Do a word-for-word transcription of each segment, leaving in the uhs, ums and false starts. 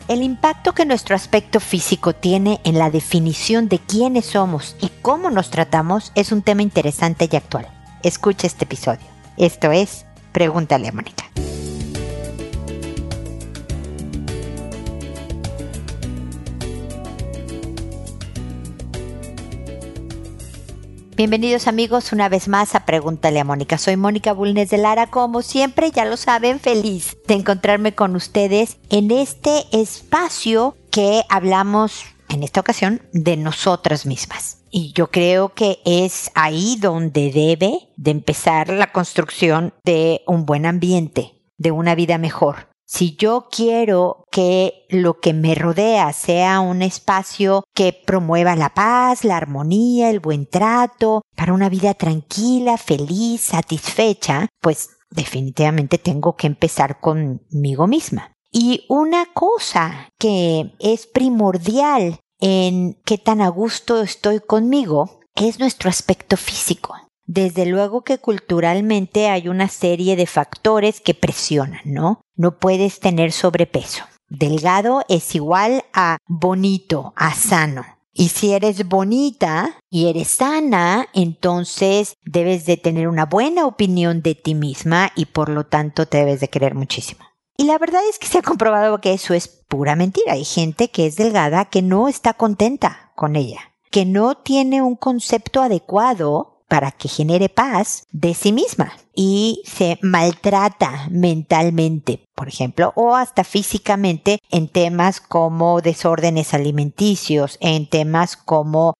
El impacto que nuestro aspecto físico tiene en la definición de quiénes somos y cómo nos tratamos es un tema interesante y actual. Escucha este episodio. Esto es Pregúntale a Mónica. Bienvenidos amigos una vez más a Pregúntale a Mónica. Soy Mónica Bulnes de Lara, como siempre, ya lo saben, feliz de encontrarme con ustedes en este espacio que hablamos en esta ocasión de nosotras mismas. Y yo creo que es ahí donde debe de empezar la construcción de un buen ambiente, de una vida mejor. Si yo quiero que lo que me rodea sea un espacio que promueva la paz, la armonía, el buen trato, para una vida tranquila, feliz, satisfecha, pues definitivamente tengo que empezar conmigo misma. Y una cosa que es primordial en qué tan a gusto estoy conmigo es nuestro aspecto físico. Desde luego que culturalmente hay una serie de factores que presionan, ¿no? No puedes tener sobrepeso. Delgado es igual a bonito, a sano. Y si eres bonita y eres sana, entonces debes de tener una buena opinión de ti misma y por lo tanto te debes de querer muchísimo. Y la verdad es que se ha comprobado que eso es pura mentira. Hay gente que es delgada que no está contenta con ella, que no tiene un concepto adecuado para que genere paz de sí misma y se maltrata mentalmente, por ejemplo, o hasta físicamente en temas como desórdenes alimenticios, en temas como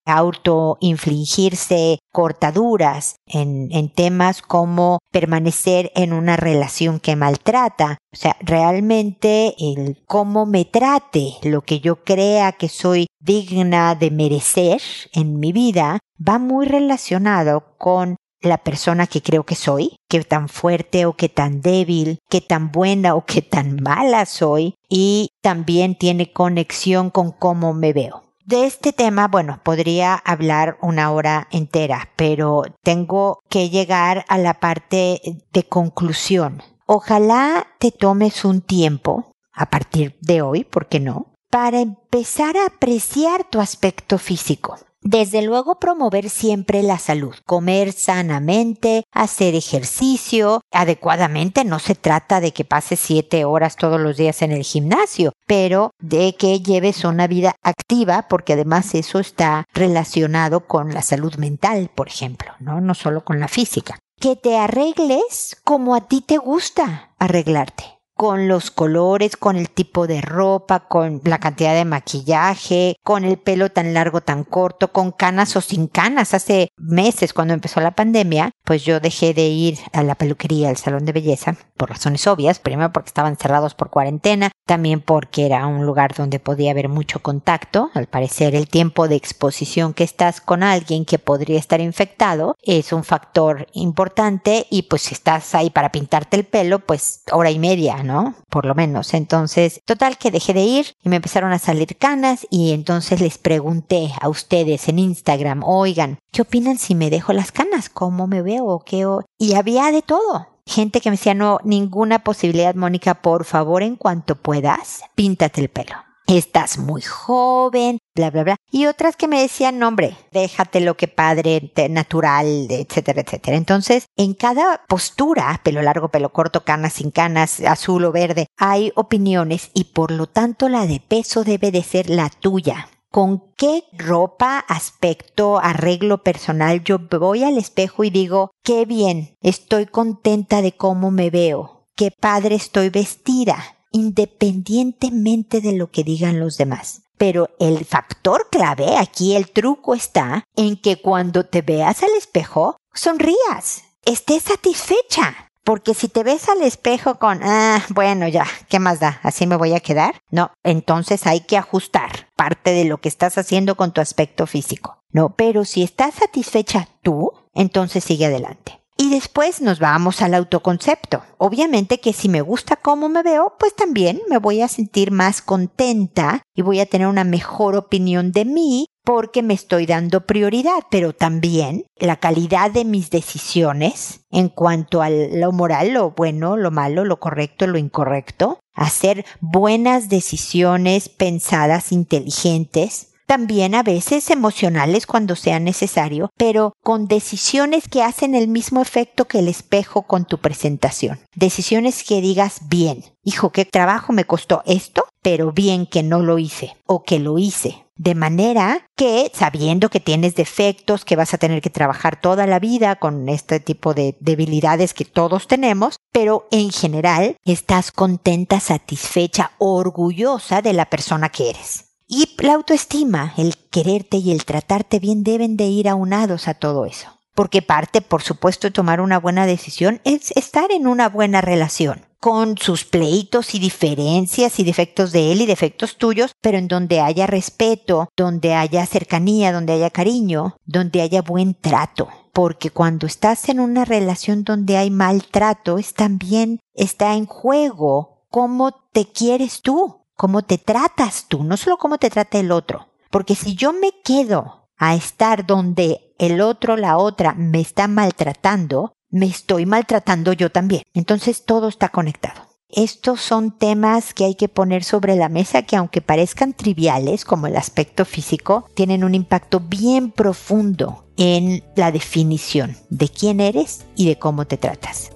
autoinfligirse cortaduras, en, en temas como permanecer en una relación que maltrata. O sea, realmente el cómo me trate, lo que yo crea que soy digna de merecer en mi vida, va muy relacionado con la persona que creo que soy, qué tan fuerte o qué tan débil, qué tan buena o qué tan mala soy, y también tiene conexión con cómo me veo. De este tema, bueno, podría hablar una hora entera, pero tengo que llegar a la parte de conclusión. Ojalá te tomes un tiempo, a partir de hoy, ¿por qué no?, para empezar a apreciar tu aspecto físico. Desde luego promover siempre la salud, comer sanamente, hacer ejercicio adecuadamente. No se trata de que pases siete horas todos los días en el gimnasio, pero de que lleves una vida activa, porque además eso está relacionado con la salud mental, por ejemplo, ¿no? No solo con la física. Que te arregles como a ti te gusta arreglarte. Con los colores, con el tipo de ropa, con la cantidad de maquillaje, con el pelo tan largo, tan corto, con canas o sin canas. Hace meses, cuando empezó la pandemia, pues yo dejé de ir a la peluquería, al salón de belleza, por razones obvias. Primero porque estaban cerrados por cuarentena, también porque era un lugar donde podía haber mucho contacto. Al parecer, el tiempo de exposición que estás con alguien que podría estar infectado es un factor importante, y pues si estás ahí para pintarte el pelo, pues hora y media, ¿no? Por lo menos. Entonces, total que dejé de ir y me empezaron a salir canas, y entonces les pregunté a ustedes en Instagram, oigan, ¿qué opinan si me dejo las canas? ¿Cómo me veo? ¿Qué? Y había de todo. Gente que me decía, no, ninguna posibilidad, Mónica, por favor, en cuanto puedas, píntate el pelo. Estás muy joven, bla, bla, bla. Y otras que me decían, no, hombre, déjatelo, que padre, natural, etcétera, etcétera. Entonces, en cada postura, pelo largo, pelo corto, canas, sin canas, azul o verde, hay opiniones, y por lo tanto la de peso debe de ser la tuya. ¿Con qué ropa, aspecto, arreglo personal yo voy al espejo y digo, qué bien, estoy contenta de cómo me veo, qué padre estoy vestida, independientemente de lo que digan los demás? Pero el factor clave, aquí el truco está en que cuando te veas al espejo, sonrías, estés satisfecha. Porque si te ves al espejo con, ah, bueno, ya, ¿qué más da? ¿Así me voy a quedar? No, entonces hay que ajustar parte de lo que estás haciendo con tu aspecto físico. No, pero si estás satisfecha tú, entonces sigue adelante. Y después nos vamos al autoconcepto. Obviamente que si me gusta cómo me veo, pues también me voy a sentir más contenta y voy a tener una mejor opinión de mí porque me estoy dando prioridad, pero también la calidad de mis decisiones en cuanto a lo moral, lo bueno, lo malo, lo correcto, lo incorrecto, hacer buenas decisiones pensadas, inteligentes, también a veces emocionales cuando sea necesario, pero con decisiones que hacen el mismo efecto que el espejo con tu presentación. Decisiones que digas bien, hijo, qué trabajo me costó esto, pero bien que no lo hice o que lo hice. De manera que, sabiendo que tienes defectos, que vas a tener que trabajar toda la vida con este tipo de debilidades que todos tenemos, pero en general estás contenta, satisfecha, orgullosa de la persona que eres. Y la autoestima, el quererte y el tratarte bien deben de ir aunados a todo eso. Porque parte, por supuesto, de tomar una buena decisión es estar en una buena relación, con sus pleitos y diferencias y defectos de él y defectos tuyos, pero en donde haya respeto, donde haya cercanía, donde haya cariño, donde haya buen trato. Porque cuando estás en una relación donde hay maltrato, es también está en juego cómo te quieres tú. Cómo te tratas tú, no solo cómo te trata el otro. Porque si yo me quedo a estar donde el otro, la otra, me está maltratando, me estoy maltratando yo también. Entonces todo está conectado. Estos son temas que hay que poner sobre la mesa que, aunque parezcan triviales, como el aspecto físico, tienen un impacto bien profundo en la definición de quién eres y de cómo te tratas.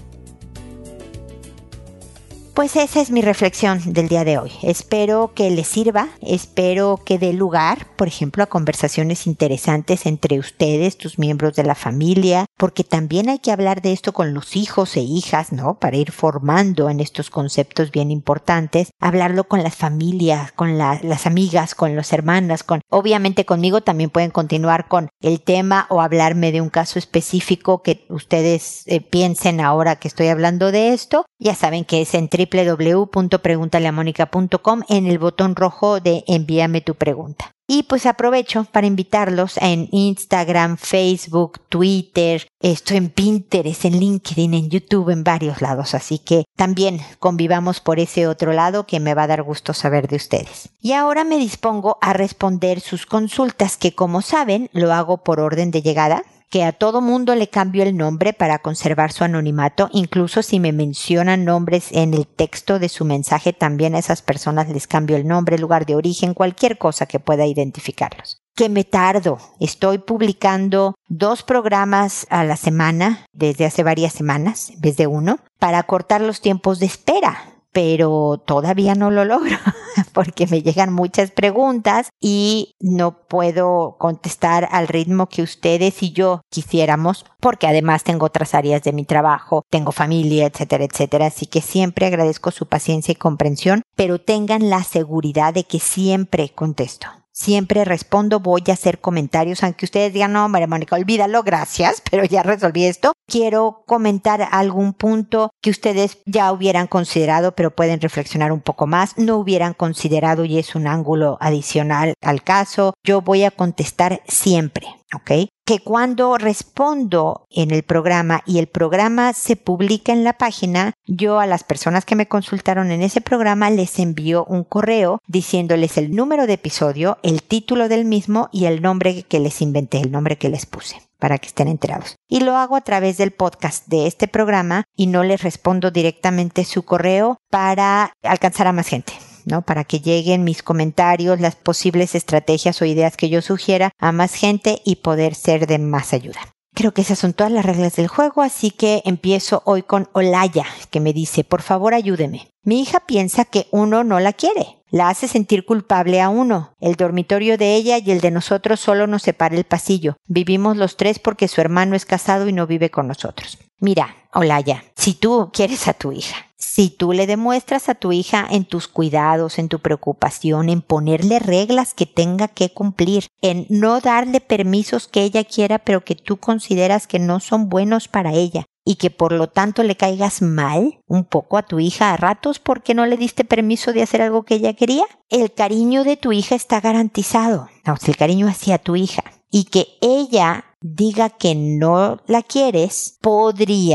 Pues esa es mi reflexión del día de hoy. Espero que les sirva, espero que dé lugar, por ejemplo, a conversaciones interesantes entre ustedes, tus miembros de la familia, porque también hay que hablar de esto con los hijos e hijas, ¿no? Para ir formando en estos conceptos bien importantes, hablarlo con las familias, con la, las amigas, con las hermanas, con, obviamente conmigo también pueden continuar con el tema o hablarme de un caso específico que ustedes eh, piensen ahora que estoy hablando de esto. Ya saben que es en doble u doble u doble u punto preguntale a mónica punto com en el botón rojo de envíame tu pregunta. Y pues aprovecho para invitarlos en Instagram, Facebook, Twitter, estoy en Pinterest, en LinkedIn, en YouTube, en varios lados. Así que también convivamos por ese otro lado que me va a dar gusto saber de ustedes. Y ahora me dispongo a responder sus consultas que, como saben, lo hago por orden de llegada, que a todo mundo le cambio el nombre para conservar su anonimato, incluso si me mencionan nombres en el texto de su mensaje, también a esas personas les cambio el nombre, lugar de origen, cualquier cosa que pueda identificarlos. Que me tardo, estoy publicando dos programas a la semana desde hace varias semanas, en vez de uno, para cortar los tiempos de espera. Pero todavía no lo logro porque me llegan muchas preguntas y no puedo contestar al ritmo que ustedes y yo quisiéramos, porque además tengo otras áreas de mi trabajo, tengo familia, etcétera, etcétera. Así que siempre agradezco su paciencia y comprensión, pero tengan la seguridad de que siempre contesto. Siempre respondo, voy a hacer comentarios, aunque ustedes digan, no, María Mónica, olvídalo, gracias, pero ya resolví esto. Quiero comentar algún punto que ustedes ya hubieran considerado, pero pueden reflexionar un poco más. No hubieran considerado y es un ángulo adicional al caso. Yo voy a contestar siempre, ¿ok? Que cuando respondo en el programa y el programa se publica en la página, yo a las personas que me consultaron en ese programa les envío un correo diciéndoles el número de episodio, el título del mismo y el nombre que les inventé, el nombre que les puse, para que estén enterados. Y lo hago a través del podcast de este programa y no les respondo directamente su correo para alcanzar a más gente, ¿no? Para que lleguen mis comentarios, las posibles estrategias o ideas que yo sugiera a más gente y poder ser de más ayuda. Creo que esas son todas las reglas del juego, así que empiezo hoy con Olaya, que me dice, por favor ayúdeme. Mi hija piensa que uno no la quiere. La hace sentir culpable a uno. El dormitorio de ella y el de nosotros solo nos separa el pasillo. Vivimos los tres porque su hermano es casado y no vive con nosotros. Mira, Olaya, si tú quieres a tu hija, si tú le demuestras a tu hija en tus cuidados, en tu preocupación, en ponerle reglas que tenga que cumplir, en no darle permisos que ella quiera pero que tú consideras que no son buenos para ella, y que por lo tanto le caigas mal un poco a tu hija a ratos porque no le diste permiso de hacer algo que ella quería, el cariño de tu hija está garantizado. No, el cariño hacia tu hija. Y que ella diga que no la quieres podría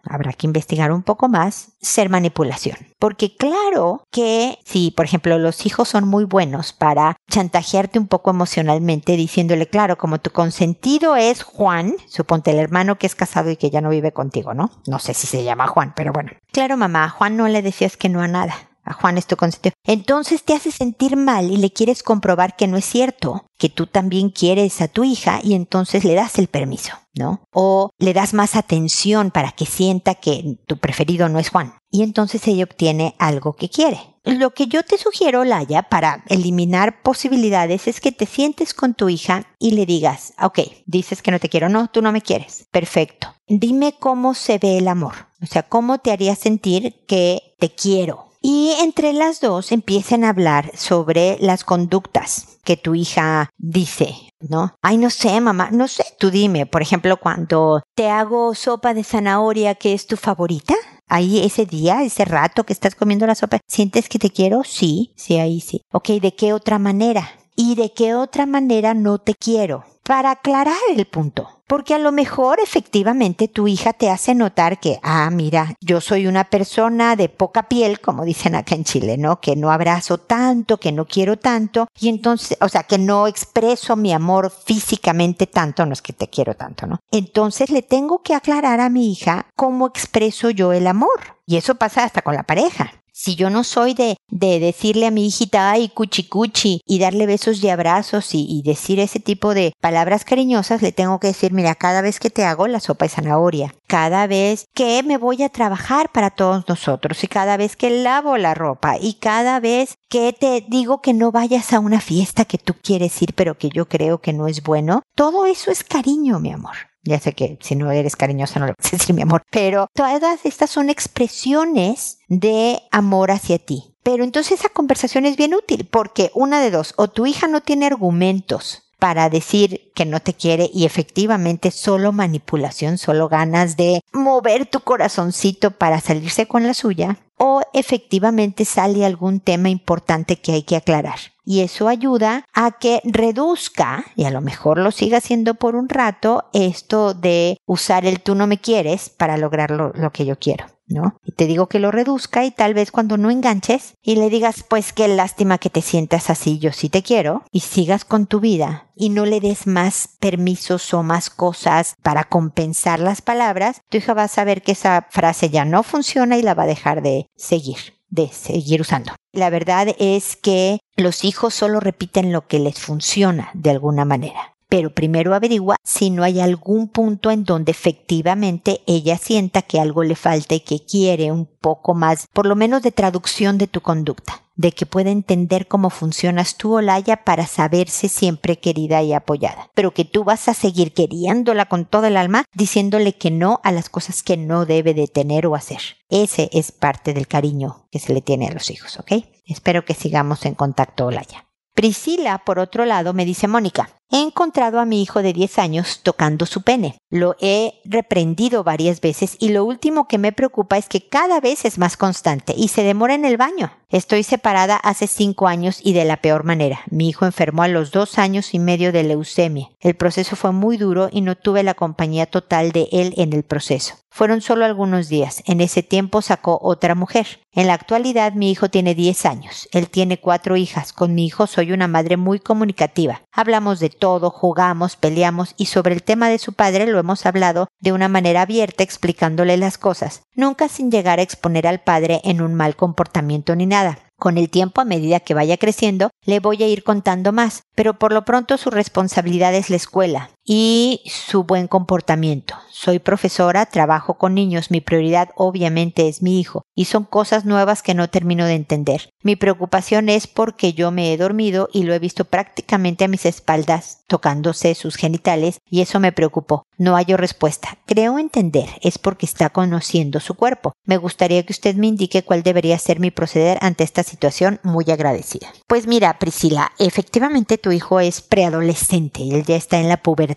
habrá que investigar un poco más, ser manipulación. Porque claro que si, por ejemplo, los hijos son muy buenos para chantajearte un poco emocionalmente, diciéndole, claro, como tu consentido es Juan, suponte el hermano que es casado y que ya no vive contigo, ¿no? No sé si se llama Juan, pero bueno. Claro, mamá, a Juan no le decías que no a nada. A Juan es tu consentido. Entonces te hace sentir mal y le quieres comprobar que no es cierto, que tú también quieres a tu hija y entonces le das el permiso, ¿no? O le das más atención para que sienta que tu preferido no es Juan. Y entonces ella obtiene algo que quiere. Lo que yo te sugiero, Laya, para eliminar posibilidades es que te sientes con tu hija y le digas, ok, dices que no te quiero, no, tú no me quieres. Perfecto. Dime cómo se ve el amor. O sea, cómo te haría sentir que te quiero. Y entre las dos empiecen a hablar sobre las conductas que tu hija dice, ¿no? Ay, no sé, mamá, no sé. Tú dime, por ejemplo, cuando te hago sopa de zanahoria, ¿que es tu favorita? Ahí ese día, ese rato que estás comiendo la sopa, ¿sientes que te quiero? Sí, sí, ahí sí. Ok, ¿de qué otra manera? ¿Y de qué otra manera no te quiero? Para aclarar el punto. Porque a lo mejor efectivamente tu hija te hace notar que, ah, mira, yo soy una persona de poca piel, como dicen acá en Chile, ¿no? Que no abrazo tanto, que no quiero tanto, y entonces, o sea, que no expreso mi amor físicamente tanto, no es que te quiero tanto, ¿no? Entonces le tengo que aclarar a mi hija cómo expreso yo el amor. Y eso pasa hasta con la pareja. Si yo no soy de, de decirle a mi hijita, ay, cuchi cuchi, y darle besos y abrazos y, y decir ese tipo de palabras cariñosas, le tengo que decir, mira, cada vez que te hago la sopa de zanahoria, cada vez que me voy a trabajar para todos nosotros, y cada vez que lavo la ropa, y cada vez que te digo que no vayas a una fiesta que tú quieres ir, pero que yo creo que no es bueno, todo eso es cariño, mi amor. Ya sé que si no eres cariñosa no le vas a decir mi amor, pero todas estas son expresiones de amor hacia ti. Pero entonces esa conversación es bien útil porque una de dos, o tu hija no tiene argumentos para decir que no te quiere y efectivamente solo manipulación, solo ganas de mover tu corazoncito para salirse con la suya, o efectivamente sale algún tema importante que hay que aclarar. Y eso ayuda a que reduzca, y a lo mejor lo siga haciendo por un rato, esto de usar el tú no me quieres para lograr lo, lo que yo quiero, ¿no? Y te digo que lo reduzca y tal vez cuando no enganches y le digas, pues qué lástima que te sientas así, yo sí te quiero, y sigas con tu vida y no le des más permisos o más cosas para compensar las palabras, tu hija va a saber que esa frase ya no funciona y la va a dejar de seguir. de seguir usando. La verdad es que los hijos solo repiten lo que les funciona de alguna manera. Pero primero averigua si no hay algún punto en donde efectivamente ella sienta que algo le falta y que quiere un poco más, por lo menos de traducción de tu conducta, de que pueda entender cómo funcionas tú, Olaya, para saberse siempre querida y apoyada. Pero que tú vas a seguir queriéndola con toda el alma, diciéndole que no a las cosas que no debe de tener o hacer. Ese es parte del cariño que se le tiene a los hijos, ¿ok? Espero que sigamos en contacto, Olaya. Priscila, por otro lado, me dice, Mónica, he encontrado a mi hijo de diez años tocando su pene. Lo he reprendido varias veces y lo último que me preocupa es que cada vez es más constante y se demora en el baño. Estoy separada hace cinco años y de la peor manera. Mi hijo enfermó a los dos años y medio de leucemia. El proceso fue muy duro y no tuve la compañía total de él en el proceso. Fueron solo algunos días. En ese tiempo sacó otra mujer. En la actualidad mi hijo tiene diez años. Él tiene cuatro hijas. Con mi hijo soy una madre muy comunicativa. Hablamos de todo, jugamos, peleamos y sobre el tema de su padre lo hemos hablado de una manera abierta explicándole las cosas, nunca sin llegar a exponer al padre en un mal comportamiento ni nada. Con el tiempo, a medida que vaya creciendo, le voy a ir contando más, pero por lo pronto su responsabilidad es la escuela y su buen comportamiento. Soy profesora, trabajo con niños, mi prioridad obviamente es mi hijo, y son cosas nuevas que no termino de entender. Mi preocupación es porque yo me he dormido y lo he visto prácticamente a mis espaldas, tocándose sus genitales, y eso me preocupó. No hallo respuesta. Creo entender, es porque está conociendo su cuerpo. Me gustaría que usted me indique cuál debería ser mi proceder ante esta situación, muy agradecida. Pues mira, Priscila, efectivamente tu hijo es preadolescente, él ya está en la pubertad.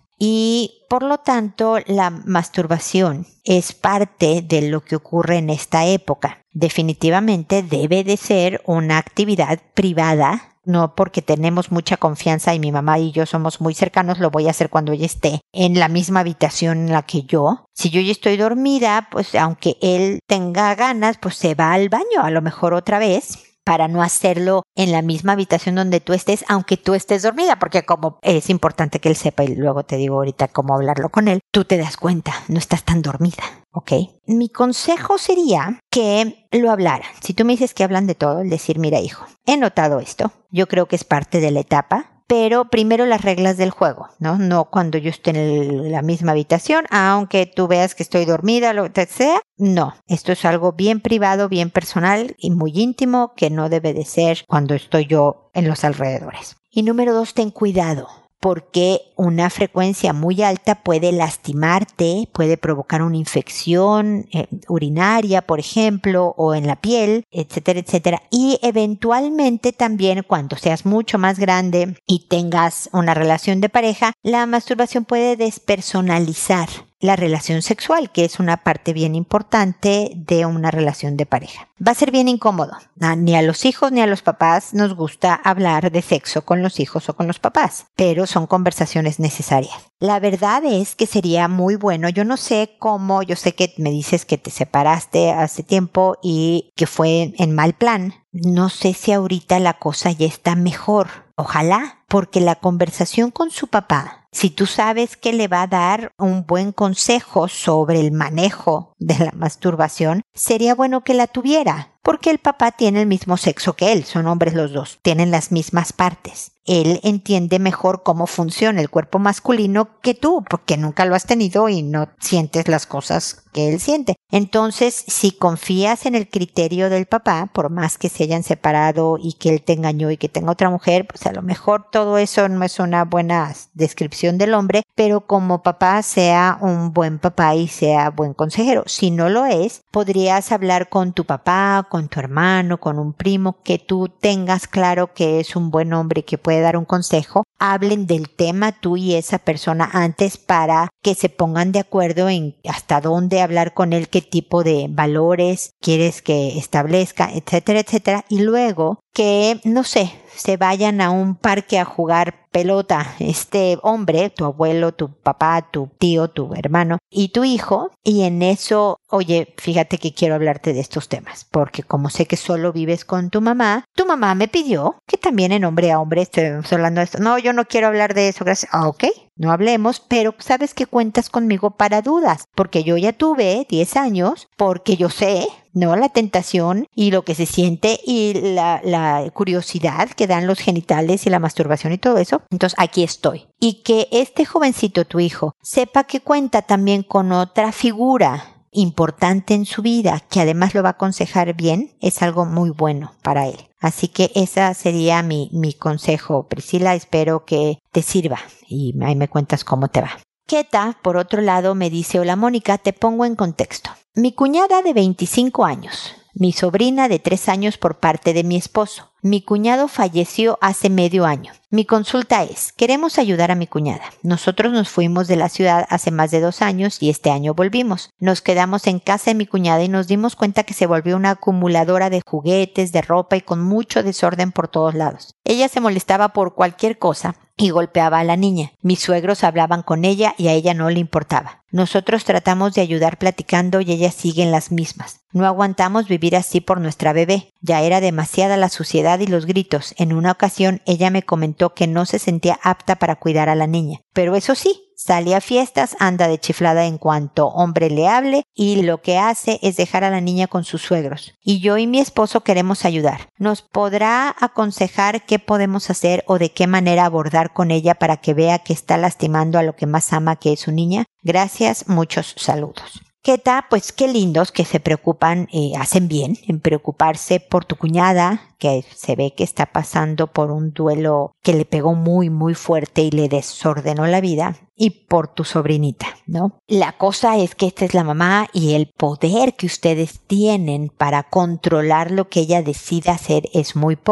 Y por lo tanto la masturbación es parte de lo que ocurre en esta época. Definitivamente debe de ser una actividad privada no porque tenemos mucha confianza y mi mamá y yo somos muy cercanos, lo voy a hacer cuando ella esté en la misma habitación en la que yo. Si yo ya estoy dormida, pues aunque él tenga ganas, pues se va al baño, a lo mejor otra vez, para no hacerlo en la misma habitación donde tú estés, aunque tú estés dormida, porque como es importante que él sepa, y luego te digo ahorita cómo hablarlo con él, tú te das cuenta, no estás tan dormida, ¿ok? Mi consejo sería que lo hablaran. Si tú me dices que hablan de todo, el decir, mira hijo, he notado esto, yo creo que es parte de la etapa, pero primero las reglas del juego, ¿no? No cuando yo esté en la misma habitación, aunque tú veas que estoy dormida, lo que sea. No, esto es algo bien privado, bien personal y muy íntimo que no debe de ser cuando estoy yo en los alrededores. Y número dos, ten cuidado, porque una frecuencia muy alta puede lastimarte, puede provocar una infección eh, urinaria, por ejemplo, o en la piel, etcétera, etcétera. Y eventualmente también cuando seas mucho más grande y tengas una relación de pareja, la masturbación puede despersonalizar la relación sexual, que es una parte bien importante de una relación de pareja. Va a ser bien incómodo. Ni a los hijos ni a los papás nos gusta hablar de sexo con los hijos o con los papás, pero son conversaciones necesarias. La verdad es que sería muy bueno. Yo no sé cómo, yo sé que me dices que te separaste hace tiempo y que fue en mal plan. No sé si ahorita la cosa ya está mejor. Ojalá, porque la conversación con su papá, si tú sabes que le va a dar un buen consejo sobre el manejo de la masturbación, sería bueno que la tuviera, porque el papá tiene el mismo sexo que él, son hombres los dos, tienen las mismas partes. Él entiende mejor cómo funciona el cuerpo masculino que tú, porque nunca lo has tenido y no sientes las cosas que él siente. Entonces, si confías en el criterio del papá, por más que se hayan separado y que él te engañó y que tenga otra mujer, pues a lo mejor todo eso no es una buena descripción del hombre, pero como papá sea un buen papá y sea buen consejero. Si no lo es, podrías hablar con tu papá, con tu hermano, con un primo, que tú tengas claro que es un buen hombre y que puede dar un consejo. Hablen del tema tú y esa persona antes para que se pongan de acuerdo en hasta dónde hablar con él, qué tipo de valores quieres que establezca, etcétera, etcétera. Y luego que, no sé, se vayan a un parque a jugar pelota, este hombre, tu abuelo, tu papá, tu tío, tu hermano y tu hijo, y en eso, oye, fíjate que quiero hablarte de estos temas, porque como sé que solo vives con tu mamá, tu mamá me pidió que también en hombre a hombre estemos hablando de esto. No, yo no quiero hablar de eso, gracias. Ah, ok, no hablemos, pero sabes que cuentas conmigo para dudas, porque yo ya tuve diez años, porque yo sé, ¿no? La tentación y lo que se siente y la, la curiosidad que dan los genitales y la masturbación y todo eso. Entonces aquí estoy. Y que este jovencito, tu hijo, sepa que cuenta también con otra figura importante en su vida, que además lo va a aconsejar bien, es algo muy bueno para él. Así que ese sería mi, mi consejo, Priscila. Espero que te sirva y ahí me cuentas cómo te va. Keta, por otro lado, me dice, hola Mónica, te pongo en contexto. Mi cuñada de veinticinco años, mi sobrina de tres años por parte de mi esposo. Mi cuñado falleció hace medio año. Mi consulta es, queremos ayudar a mi cuñada. Nosotros nos fuimos de la ciudad hace más de dos años y este año volvimos. Nos quedamos en casa de mi cuñada y nos dimos cuenta que se volvió una acumuladora de juguetes, de ropa y con mucho desorden por todos lados. Ella se molestaba por cualquier cosa y golpeaba a la niña. Mis suegros hablaban con ella y a ella no le importaba. Nosotros tratamos de ayudar platicando y ella sigue en las mismas. No aguantamos vivir así por nuestra bebé. Ya era demasiada la suciedad y los gritos. En una ocasión ella me comentó que no se sentía apta para cuidar a la niña. Pero eso sí, sale a fiestas, anda de chiflada en cuanto hombre le hable y lo que hace es dejar a la niña con sus suegros. Y yo y mi esposo queremos ayudar. ¿Nos podrá aconsejar qué podemos hacer o de qué manera abordar con ella para que vea que está lastimando a lo que más ama, que es su niña? Gracias, muchos saludos. Keta, pues qué lindos que se preocupan, eh, hacen bien en preocuparse por tu cuñada, que se ve que está pasando por un duelo que le pegó muy, muy fuerte y le desordenó la vida, y por tu sobrinita, ¿no? La cosa es que esta es la mamá y el poder que ustedes tienen para controlar lo que ella decide hacer es muy poco.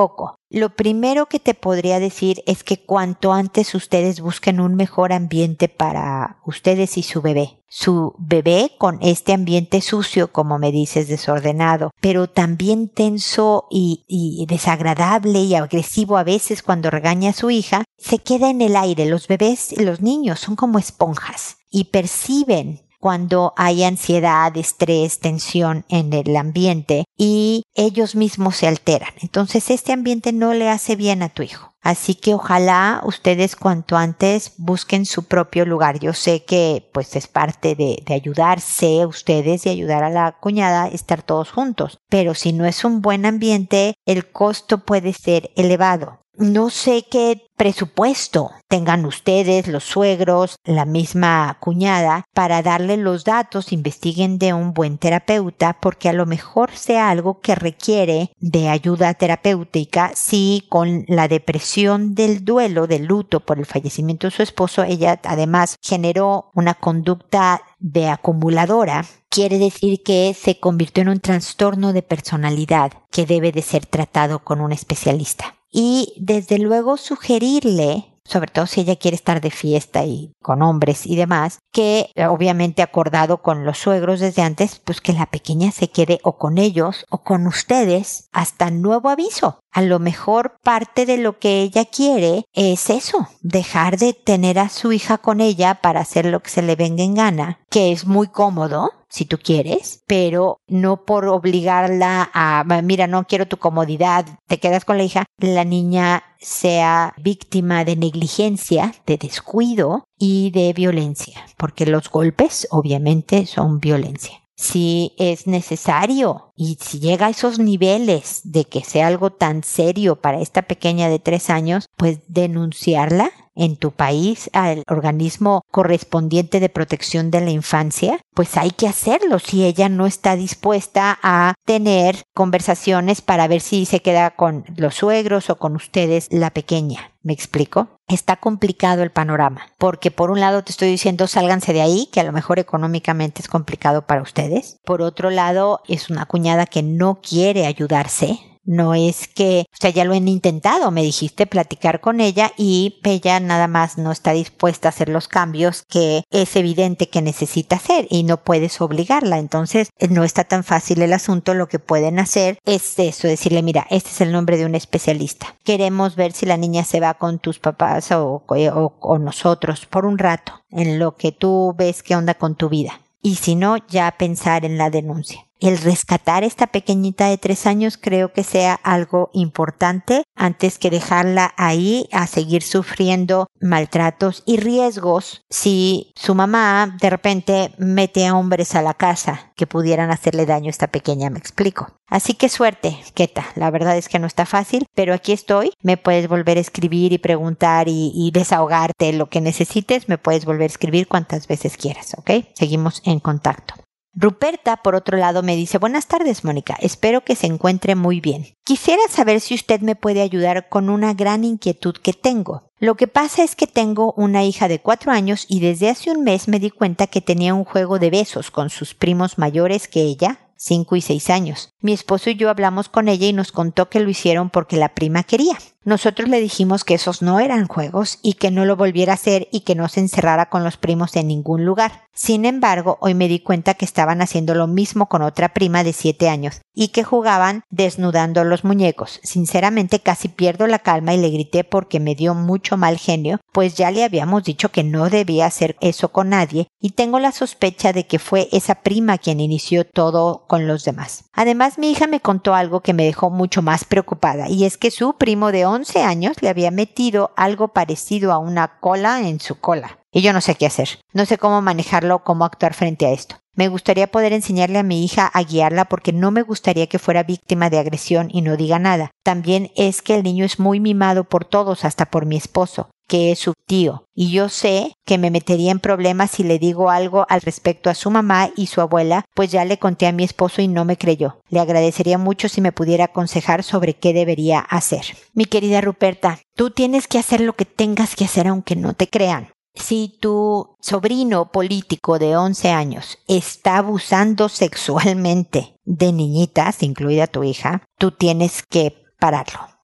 Lo primero que te podría decir es que cuanto antes ustedes busquen un mejor ambiente para ustedes y su bebé. Su bebé con este ambiente sucio, como me dices, desordenado, pero también tenso y, y desagradable y agresivo a veces cuando regaña a su hija, se queda en el aire. Los bebés y los niños son como esponjas y perciben cuando hay ansiedad, estrés, tensión en el ambiente y ellos mismos se alteran. Entonces este ambiente no le hace bien a tu hijo. Así que ojalá ustedes cuanto antes busquen su propio lugar. Yo sé que pues es parte de, de ayudarse ustedes y ayudar a la cuñada a estar todos juntos. Pero si no es un buen ambiente, el costo puede ser elevado. No sé qué presupuesto tengan ustedes, los suegros, la misma cuñada, para darle los datos, investiguen de un buen terapeuta, porque a lo mejor sea algo que requiere de ayuda terapéutica. Si con la depresión del duelo, del luto por el fallecimiento de su esposo, ella además generó una conducta de acumuladora, quiere decir que se convirtió en un trastorno de personalidad que debe de ser tratado con un especialista. Y desde luego sugerirle, sobre todo si ella quiere estar de fiesta y con hombres y demás, que obviamente acordado con los suegros desde antes, pues que la pequeña se quede o con ellos o con ustedes hasta nuevo aviso. A lo mejor parte de lo que ella quiere es eso, dejar de tener a su hija con ella para hacer lo que se le venga en gana, que es muy cómodo si tú quieres, pero no por obligarla a, mira, no quiero tu comodidad, te quedas con la hija, la niña sea víctima de negligencia, de descuido y de violencia, porque los golpes obviamente son violencia. Si es necesario y si llega a esos niveles de que sea algo tan serio para esta pequeña de tres años, pues denunciarla en tu país al organismo correspondiente de protección de la infancia, pues hay que hacerlo si ella no está dispuesta a tener conversaciones para ver si se queda con los suegros o con ustedes la pequeña. ¿Me explico? Está complicado el panorama, porque por un lado te estoy diciendo sálganse de ahí, que a lo mejor económicamente es complicado para ustedes. Por otro lado, es una cuñada que no quiere ayudarse. No es que, o sea, ya lo han intentado, me dijiste, platicar con ella y ella nada más no está dispuesta a hacer los cambios que es evidente que necesita hacer y no puedes obligarla. Entonces, no está tan fácil el asunto. Lo que pueden hacer es eso, decirle, mira, este es el nombre de un especialista. Queremos ver si la niña se va con tus papás o, o, o nosotros por un rato, en lo que tú ves qué onda con tu vida. Y si no, ya pensar en la denuncia. El rescatar a esta pequeñita de tres años creo que sea algo importante antes que dejarla ahí a seguir sufriendo maltratos y riesgos si su mamá de repente mete a hombres a la casa que pudieran hacerle daño a esta pequeña, me explico. Así que suerte, Keta. La verdad es que no está fácil, pero aquí estoy. Me puedes volver a escribir y preguntar y, y desahogarte lo que necesites. Me puedes volver a escribir cuantas veces quieras, ¿ok? Seguimos en contacto. Ruperta, por otro lado, me dice, buenas tardes, Mónica, espero que se encuentre muy bien. Quisiera saber si usted me puede ayudar con una gran inquietud que tengo. Lo que pasa es que tengo una hija de cuatro años y desde hace un mes me di cuenta que tenía un juego de besos con sus primos mayores que ella, cinco y seis años. Mi esposo y yo hablamos con ella y nos contó que lo hicieron porque la prima quería. Nosotros le dijimos que esos no eran juegos y que no lo volviera a hacer y que no se encerrara con los primos en ningún lugar. Sin embargo, hoy me di cuenta que estaban haciendo lo mismo con otra prima de siete años y que jugaban desnudando los muñecos. Sinceramente casi pierdo la calma y le grité porque me dio mucho mal genio, pues ya le habíamos dicho que no debía hacer eso con nadie y tengo la sospecha de que fue esa prima quien inició todo con los demás. Además, mi hija me contó algo que me dejó mucho más preocupada y es que su primo de once años le había metido algo parecido a una cola en su cola. Y yo no sé qué hacer. No sé cómo manejarlo, cómo actuar frente a esto. Me gustaría poder enseñarle a mi hija a guiarla porque no me gustaría que fuera víctima de agresión y no diga nada. También es que el niño es muy mimado por todos, hasta por mi esposo, que es su tío. Y yo sé que me metería en problemas si le digo algo al respecto a su mamá y su abuela, pues ya le conté a mi esposo y no me creyó. Le agradecería mucho si me pudiera aconsejar sobre qué debería hacer. Mi querida Ruperta, tú tienes que hacer lo que tengas que hacer aunque no te crean. Si tu sobrino político de once años está abusando sexualmente de niñitas, incluida tu hija, tú tienes que pararlo.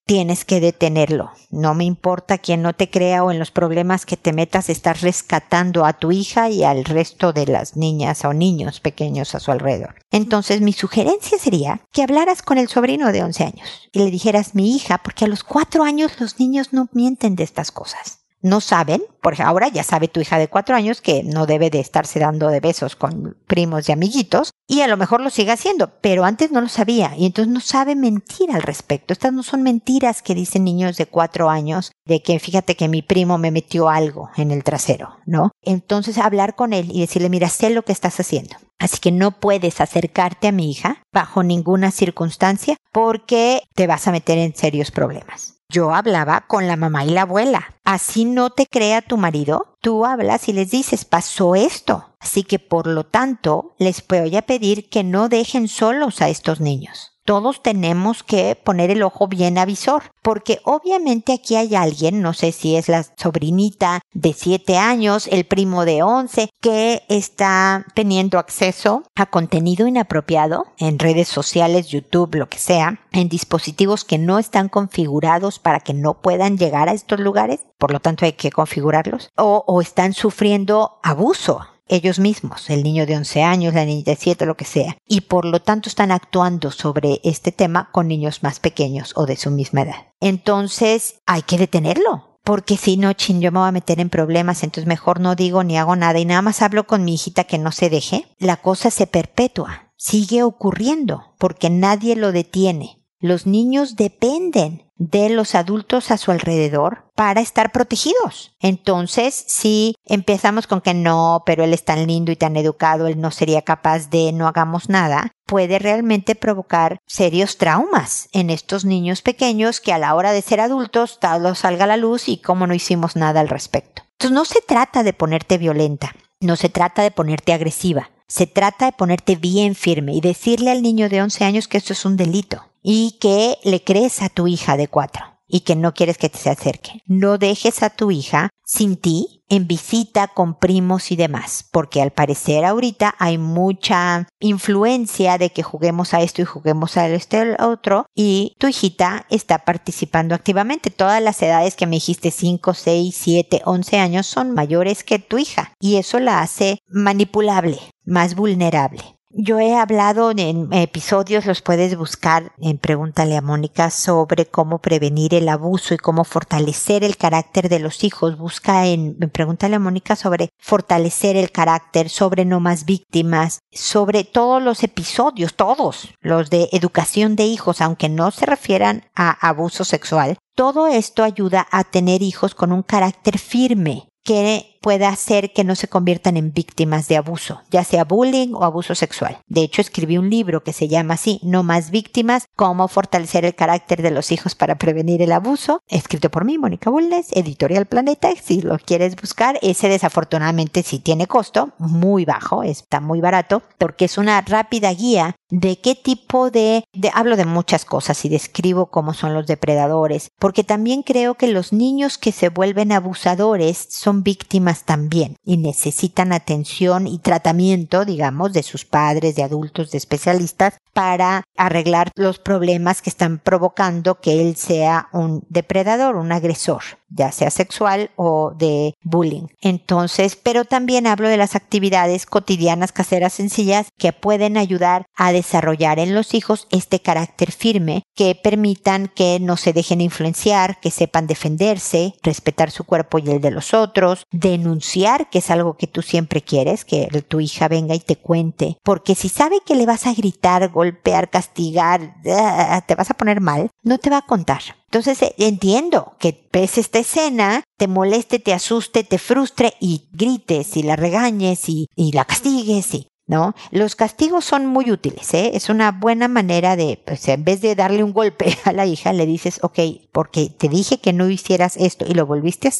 tienes que detenerlo. No me importa quién no te crea o en los problemas que te metas, estás rescatando a tu hija y al resto de las niñas o niños pequeños a su alrededor. Entonces mi sugerencia sería que hablaras con el sobrino de once años y le dijeras mi hija, porque a los cuatro años los niños no mienten de estas cosas. No saben, porque ahora ya sabe tu hija de cuatro años que no debe de estarse dando de besos con primos y amiguitos, y a lo mejor lo sigue haciendo, pero antes no lo sabía, y entonces no sabe mentir al respecto. Estas no son mentiras que dicen niños de cuatro años, de que fíjate que mi primo me metió algo en el trasero, ¿no? Entonces hablar con él y decirle, mira, sé lo que estás haciendo. Así que no puedes acercarte a mi hija bajo ninguna circunstancia porque te vas a meter en serios problemas. Yo hablaba con la mamá y la abuela. Así no te crea tu marido, tú hablas y les dices, pasó esto. Así que por lo tanto, les voy a pedir que no dejen solos a estos niños. Todos tenemos que poner el ojo bien avisor, porque obviamente aquí hay alguien, no sé si es la sobrinita de siete años, el primo de once, que está teniendo acceso a contenido inapropiado en redes sociales, YouTube, lo que sea, en dispositivos que no están configurados para que no puedan llegar a estos lugares, por lo tanto hay que configurarlos, o, o están sufriendo abuso ellos mismos, el niño de once años, la niña de siete, lo que sea, y por lo tanto están actuando sobre este tema con niños más pequeños o de su misma edad. Entonces hay que detenerlo, porque si no, chin, yo me voy a meter en problemas, entonces mejor no digo ni hago nada y nada más hablo con mi hijita que no se deje. La cosa se perpetúa, sigue ocurriendo, porque nadie lo detiene. Los niños dependen de los adultos a su alrededor para estar protegidos. Entonces, si empezamos con que no, pero él es tan lindo y tan educado, él no sería capaz de, no hagamos nada, puede realmente provocar serios traumas en estos niños pequeños que a la hora de ser adultos todo salga a la luz y cómo no hicimos nada al respecto. Entonces, no se trata de ponerte violenta, no se trata de ponerte agresiva, se trata de ponerte bien firme y decirle al niño de once años que esto es un delito y que le crees a tu hija de cuatro y que no quieres que te se acerque. No dejes a tu hija sin ti en visita con primos y demás, porque al parecer ahorita hay mucha influencia de que juguemos a esto y juguemos a este al otro y tu hijita está participando activamente. Todas las edades que me dijiste, cinco, seis, siete, once años, son mayores que tu hija y eso la hace manipulable, más vulnerable. Yo he hablado en episodios, los puedes buscar en Pregúntale a Mónica, sobre cómo prevenir el abuso y cómo fortalecer el carácter de los hijos. Busca en, en Pregúntale a Mónica sobre fortalecer el carácter, sobre no más víctimas, sobre todos los episodios, todos los de educación de hijos, aunque no se refieran a abuso sexual. Todo esto ayuda a tener hijos con un carácter firme que pueda hacer que no se conviertan en víctimas de abuso, ya sea bullying o abuso sexual. De hecho, escribí un libro que se llama así, No más víctimas, cómo fortalecer el carácter de los hijos para prevenir el abuso, escrito por mí, Mónica Bulnes, Editorial Planeta. Si lo quieres buscar, ese desafortunadamente sí tiene costo, muy bajo, está muy barato, porque es una rápida guía de qué tipo de, de hablo de muchas cosas y describo cómo son los depredadores, porque también creo que los niños que se vuelven abusadores son víctimas también y necesitan atención y tratamiento, digamos, de sus padres, de adultos, de especialistas para arreglar los problemas que están provocando que él sea un depredador, un agresor, ya sea sexual o de bullying. Entonces, pero también hablo de las actividades cotidianas, caseras, sencillas que pueden ayudar a desarrollar en los hijos este carácter firme, que permitan que no se dejen influenciar, que sepan defenderse, respetar su cuerpo y el de los otros, denunciar, que es algo que tú siempre quieres, que tu hija venga y te cuente, porque si sabe que le vas a gritar, golpear, castigar, te vas a poner mal, no te va a contar. Entonces entiendo que ves esta escena, te moleste, te asuste, te frustre y grites y la regañes y, y la castigues y ¿no? Los castigos son muy útiles, ¿eh? Es una buena manera de, pues, en vez de darle un golpe a la hija, le dices, ok, porque te dije que no hicieras esto y lo volviste a hacer,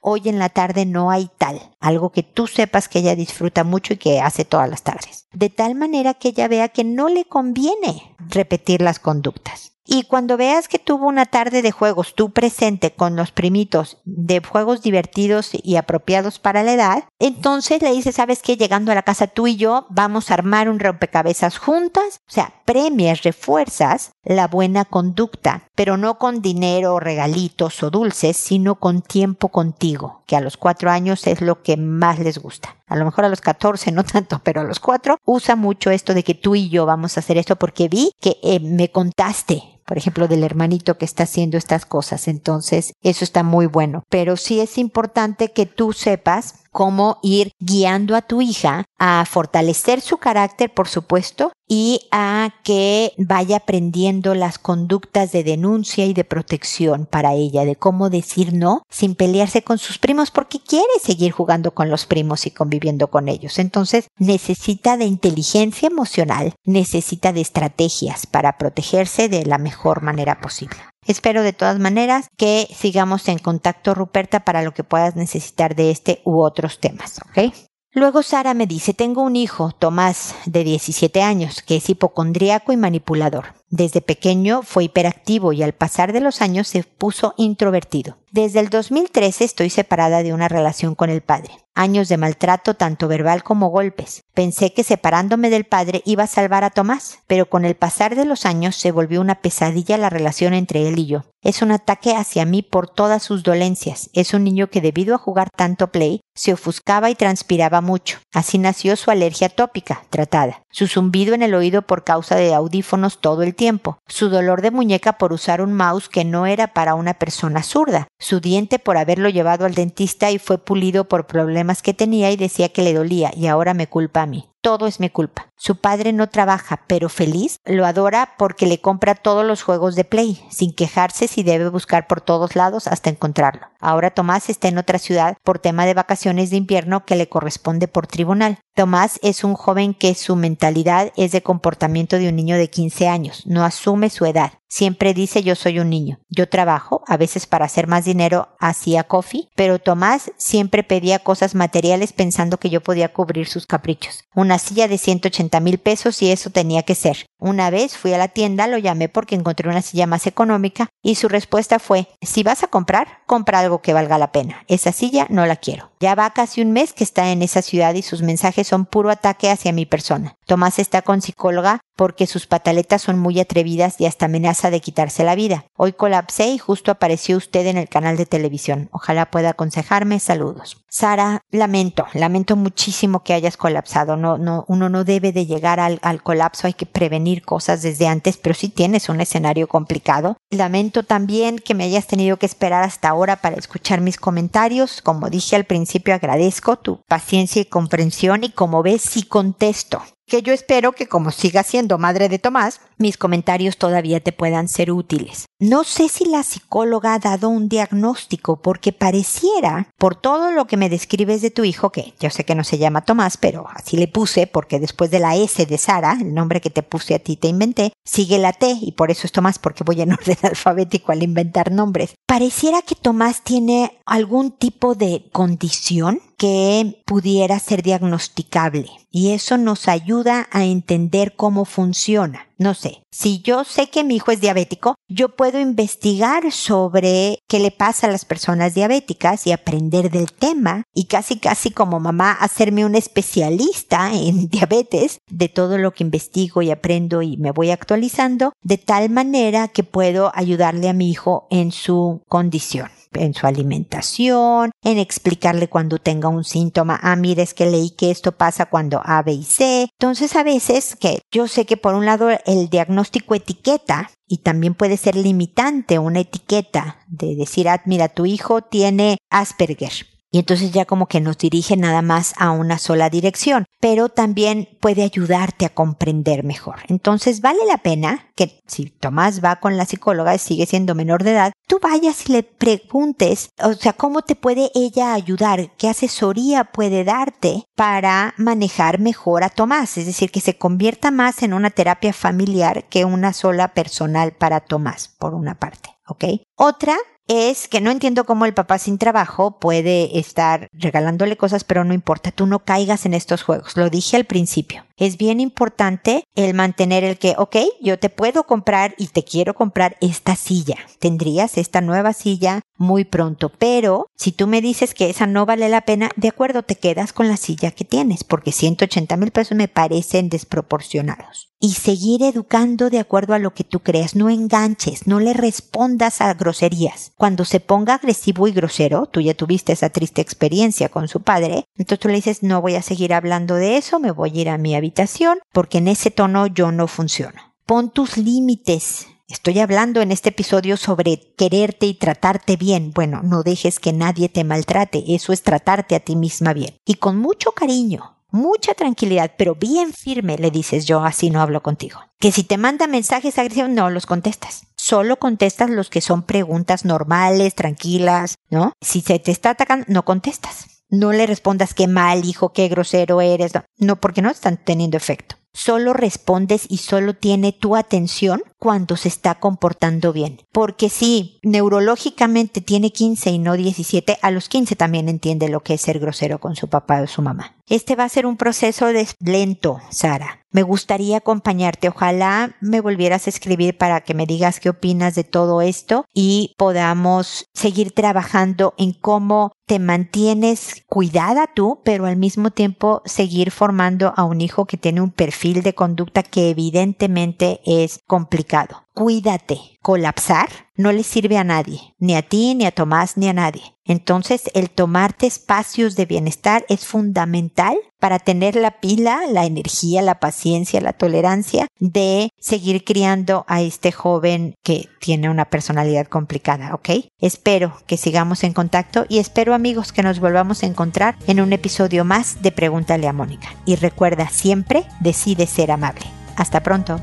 hoy en la tarde no hay tal, algo que tú sepas que ella disfruta mucho y que hace todas las tardes, de tal manera que ella vea que no le conviene repetir las conductas. Y cuando veas que tuvo una tarde de juegos tú presente con los primitos, de juegos divertidos y apropiados para la edad, entonces le dices, ¿sabes qué? Llegando a la casa tú y yo vamos a armar un rompecabezas juntas. O sea, premias, refuerzas la buena conducta, pero no con dinero, regalitos o dulces, sino con tiempo contigo, que a los cuatro años es lo que más les gusta. A lo mejor a los catorce no tanto, pero a los cuatro usa mucho esto de que tú y yo vamos a hacer esto porque vi que eh, me contaste, por ejemplo, del hermanito que está haciendo estas cosas. Entonces, eso está muy bueno. Pero sí es importante que tú sepas cómo ir guiando a tu hija a fortalecer su carácter, por supuesto, y a que vaya aprendiendo las conductas de denuncia y de protección para ella, de cómo decir no sin pelearse con sus primos porque quiere seguir jugando con los primos y conviviendo con ellos. Entonces, necesita de inteligencia emocional, necesita de estrategias para protegerse de la mejor manera posible. Espero de todas maneras que sigamos en contacto, Ruperta, para lo que puedas necesitar de este u otros temas, ¿ok? Luego Sara me dice, tengo un hijo, Tomás, de diecisiete años, que es hipocondríaco y manipulador. Desde pequeño fue hiperactivo y al pasar de los años se puso introvertido. Desde el dos mil trece estoy separada de una relación con el padre. Años de maltrato, tanto verbal como golpes. Pensé que separándome del padre iba a salvar a Tomás, pero con el pasar de los años se volvió una pesadilla la relación entre él y yo. Es un ataque hacia mí por todas sus dolencias. Es un niño que debido a jugar tanto play, se ofuscaba y transpiraba mucho. Así nació su alergia atópica, tratada. Su zumbido en el oído por causa de audífonos todo el tiempo. Su dolor de muñeca por usar un mouse que no era para una persona zurda. Su diente por haberlo llevado al dentista y fue pulido por problemas que tenía y decía que le dolía y ahora me culpa a mí. Todo es mi culpa. Su padre no trabaja, pero feliz, lo adora porque le compra todos los juegos de Play, sin quejarse si debe buscar por todos lados hasta encontrarlo. Ahora Tomás está en otra ciudad por tema de vacaciones de invierno que le corresponde por tribunal. Tomás es un joven que su mentalidad es de comportamiento de un niño de quince años, no asume su edad. Siempre dice yo soy un niño. Yo trabajo, a veces para hacer más dinero hacía coffee, pero Tomás siempre pedía cosas materiales pensando que yo podía cubrir sus caprichos. Una silla de ciento ochenta mil pesos y eso tenía que ser. Una vez fui a la tienda, lo llamé porque encontré una silla más económica y su respuesta fue, si vas a comprar, compra algo que valga la pena. Esa silla no la quiero. Ya va casi un mes que está en esa ciudad y sus mensajes son puro ataque hacia mi persona. Tomás está con psicóloga porque sus pataletas son muy atrevidas y hasta amenaza de quitarse la vida. Hoy colapsé y justo apareció usted en el canal de televisión. Ojalá pueda aconsejarme. Saludos. Sara, lamento, lamento muchísimo que hayas colapsado. No, no, uno no debe de llegar al, al colapso, hay que prevenir cosas desde antes, pero sí tienes un escenario complicado. Lamento también que me hayas tenido que esperar hasta ahora para escuchar mis comentarios. Como dije al principio, agradezco tu paciencia y comprensión y como ves, sí contesto. Que yo espero que como sigas siendo madre de Tomás, mis comentarios todavía te puedan ser útiles. No sé si la psicóloga ha dado un diagnóstico porque pareciera, por todo lo que me describes de tu hijo, que yo sé que no se llama Tomás, pero así le puse porque después de la S de Sara, el nombre que te puse a ti te inventé, sigue la T y por eso es Tomás porque voy en orden alfabético al inventar nombres. Pareciera que Tomás tiene algún tipo de condición que pudiera ser diagnosticable y eso nos ayuda a entender cómo funciona. No sé, si yo sé que mi hijo es diabético, yo puedo investigar sobre qué le pasa a las personas diabéticas y aprender del tema y casi casi como mamá hacerme un especialista en diabetes de todo lo que investigo y aprendo y me voy actualizando de tal manera que puedo ayudarle a mi hijo en su condición, en su alimentación, en explicarle cuando tenga un síntoma, ah, mira, es que leí que esto pasa cuando A, B y C. Entonces a veces que yo sé que por un lado el diagnóstico etiqueta y también puede ser limitante una etiqueta de decir, ah, mira, tu hijo tiene Asperger. Y entonces ya como que nos dirige nada más a una sola dirección, pero también puede ayudarte a comprender mejor. Entonces vale la pena que si Tomás va con la psicóloga y sigue siendo menor de edad, tú vayas y le preguntes, o sea, cómo te puede ella ayudar, qué asesoría puede darte para manejar mejor a Tomás, es decir, que se convierta más en una terapia familiar que una sola personal para Tomás, por una parte. ¿Ok? Otra es que no entiendo cómo el papá sin trabajo puede estar regalándole cosas, pero no importa, tú no caigas en estos juegos. Lo dije al principio. Es bien importante el mantener el que, ok, yo te puedo comprar y te quiero comprar esta silla. Tendrías esta nueva silla muy pronto, pero si tú me dices que esa no vale la pena, de acuerdo, te quedas con la silla que tienes, porque ciento ochenta mil pesos me parecen desproporcionados. Y seguir educando de acuerdo a lo que tú creas. No enganches, no le respondas a groserías. Cuando se ponga agresivo y grosero, tú ya tuviste esa triste experiencia con su padre, entonces tú le dices, no voy a seguir hablando de eso, me voy a ir a mi habitación, porque en ese tono yo no funciono. Pon tus límites. Estoy hablando en este episodio sobre quererte y tratarte bien. Bueno, no dejes que nadie te maltrate, eso es tratarte a ti misma bien. Y con mucho cariño. Mucha tranquilidad, pero bien firme le dices, yo así no hablo contigo. Que si te manda mensajes agresivos, no los contestas. Solo contestas los que son preguntas normales, tranquilas, ¿no? Si se te está atacando, no contestas. No le respondas qué mal, hijo, qué grosero eres. No, no, porque no están teniendo efecto. Solo respondes y solo tiene tu atención cuando se está comportando bien. Porque si neurológicamente tiene quince y no diecisiete, a los quince también entiende lo que es ser grosero con su papá o su mamá. Este va a ser un proceso de lento, Sara. Me gustaría acompañarte. Ojalá me volvieras a escribir para que me digas qué opinas de todo esto y podamos seguir trabajando en cómo te mantienes cuidada tú, pero al mismo tiempo seguir formando a un hijo que tiene un perfil de conducta que evidentemente es complicado. Cuídate. Colapsar no le sirve a nadie, ni a ti, ni a Tomás, ni a nadie. Entonces, el tomarte espacios de bienestar es fundamental para tener la pila, la energía, la paciencia, la tolerancia de seguir criando a este joven que tiene una personalidad complicada, ¿ok? Espero que sigamos en contacto y espero, amigos, que nos volvamos a encontrar en un episodio más de Pregúntale a Mónica. Y recuerda, siempre decide ser amable. Hasta pronto.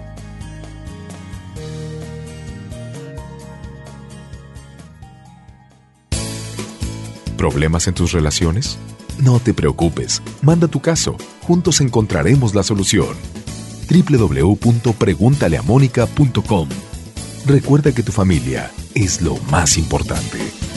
¿Problemas en tus relaciones? No te preocupes, manda tu caso, juntos encontraremos la solución. doble u doble u doble u punto pregúntale a mónica punto com. Recuerda que tu familia es lo más importante.